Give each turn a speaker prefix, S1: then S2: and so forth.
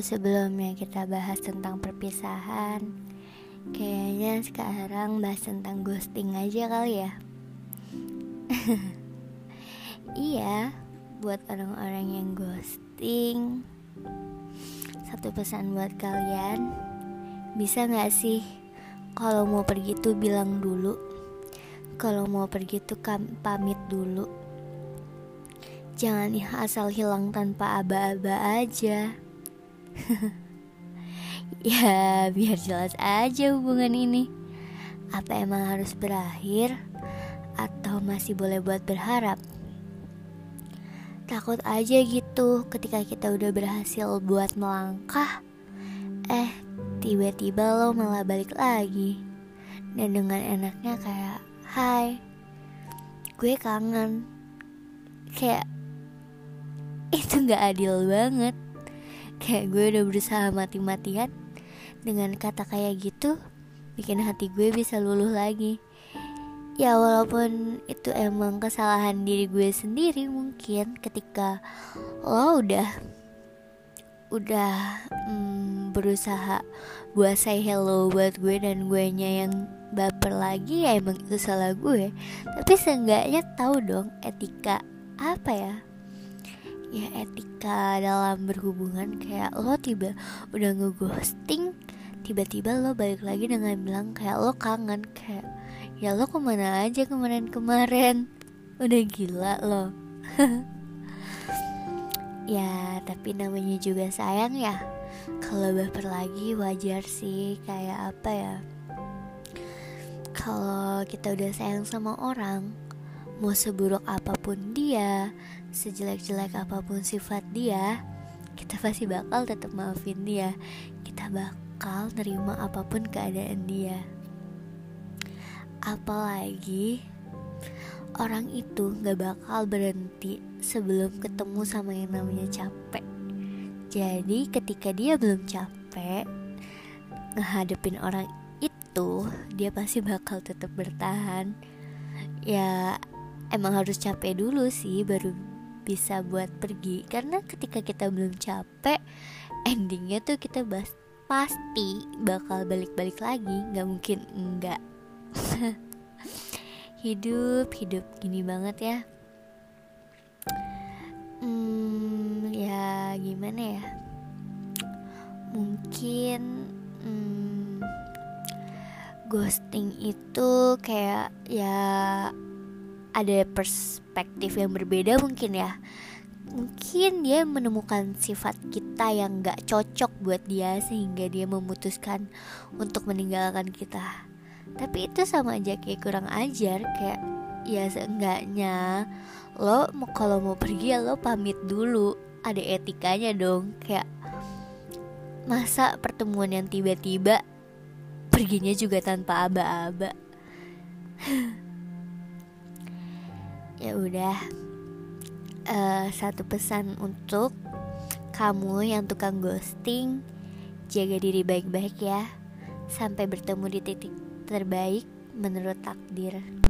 S1: sebelumnya kita bahas tentang perpisahan, kayaknya sekarang bahas tentang ghosting aja kali ya. Iya, buat orang-orang yang ghosting, satu pesan buat kalian. Bisa gak sih kalau mau pergi tuh bilang dulu. Kalau mau pergi tuh pamit dulu. Jangan asal hilang tanpa aba-aba aja. Ya biar jelas aja hubungan ini. Apa emang harus berakhir atau masih boleh buat berharap? Takut aja gitu ketika kita udah berhasil buat melangkah, tiba-tiba lo malah balik lagi. Dan dengan enaknya kayak, hai, gue kangen. Kayak itu gak adil banget. Kayak gue udah berusaha mati-matian, dengan kata kayak gitu bikin hati gue bisa luluh lagi. Ya walaupun itu emang kesalahan diri gue sendiri mungkin, ketika lo udah berusaha buat say hello buat gue dan gue nya yang baper lagi, ya emang itu salah gue. Tapi seenggaknya tahu dong etika apa ya etika dalam berhubungan. Kayak lo udah ngeghosting, tiba-tiba lo balik lagi dengan bilang kayak lo kangen. Kayak ya lo kemana aja kemarin-kemarin, udah gila lo. Ya tapi namanya juga sayang ya. Kalau baper lagi wajar sih. Kayak apa ya, kalau kita udah sayang sama orang, mau seburuk apapun dia, sejelek-jelek apapun sifat dia, kita pasti bakal tetap maafin dia. Kita bakal nerima apapun keadaan dia. Apalagi orang itu gak bakal berhenti sebelum ketemu sama yang namanya capek. Jadi ketika dia belum capek ngehadepin orang itu, dia pasti bakal tetap bertahan. Ya emang harus capek dulu sih baru bisa buat pergi. Karena ketika kita belum capek, endingnya tuh kita pasti bakal balik-balik lagi. Gak mungkin enggak. Hidup gini banget ya. Ya gimana ya, mungkin ghosting itu kayak ya ada perspektif yang berbeda mungkin ya. Mungkin dia menemukan sifat kita yang gak cocok buat dia, sehingga dia memutuskan untuk meninggalkan kita. Tapi itu sama aja kayak kurang ajar. Kayak ya seenggaknya lo kalau mau pergi ya lo pamit dulu, ada etikanya dong. Kayak masa pertemuan yang tiba-tiba, perginya juga tanpa aba-aba. Ya udah, satu pesan untuk kamu yang tukang ghosting, jaga diri baik-baik ya. Sampai bertemu di titik terbaik menurut takdir.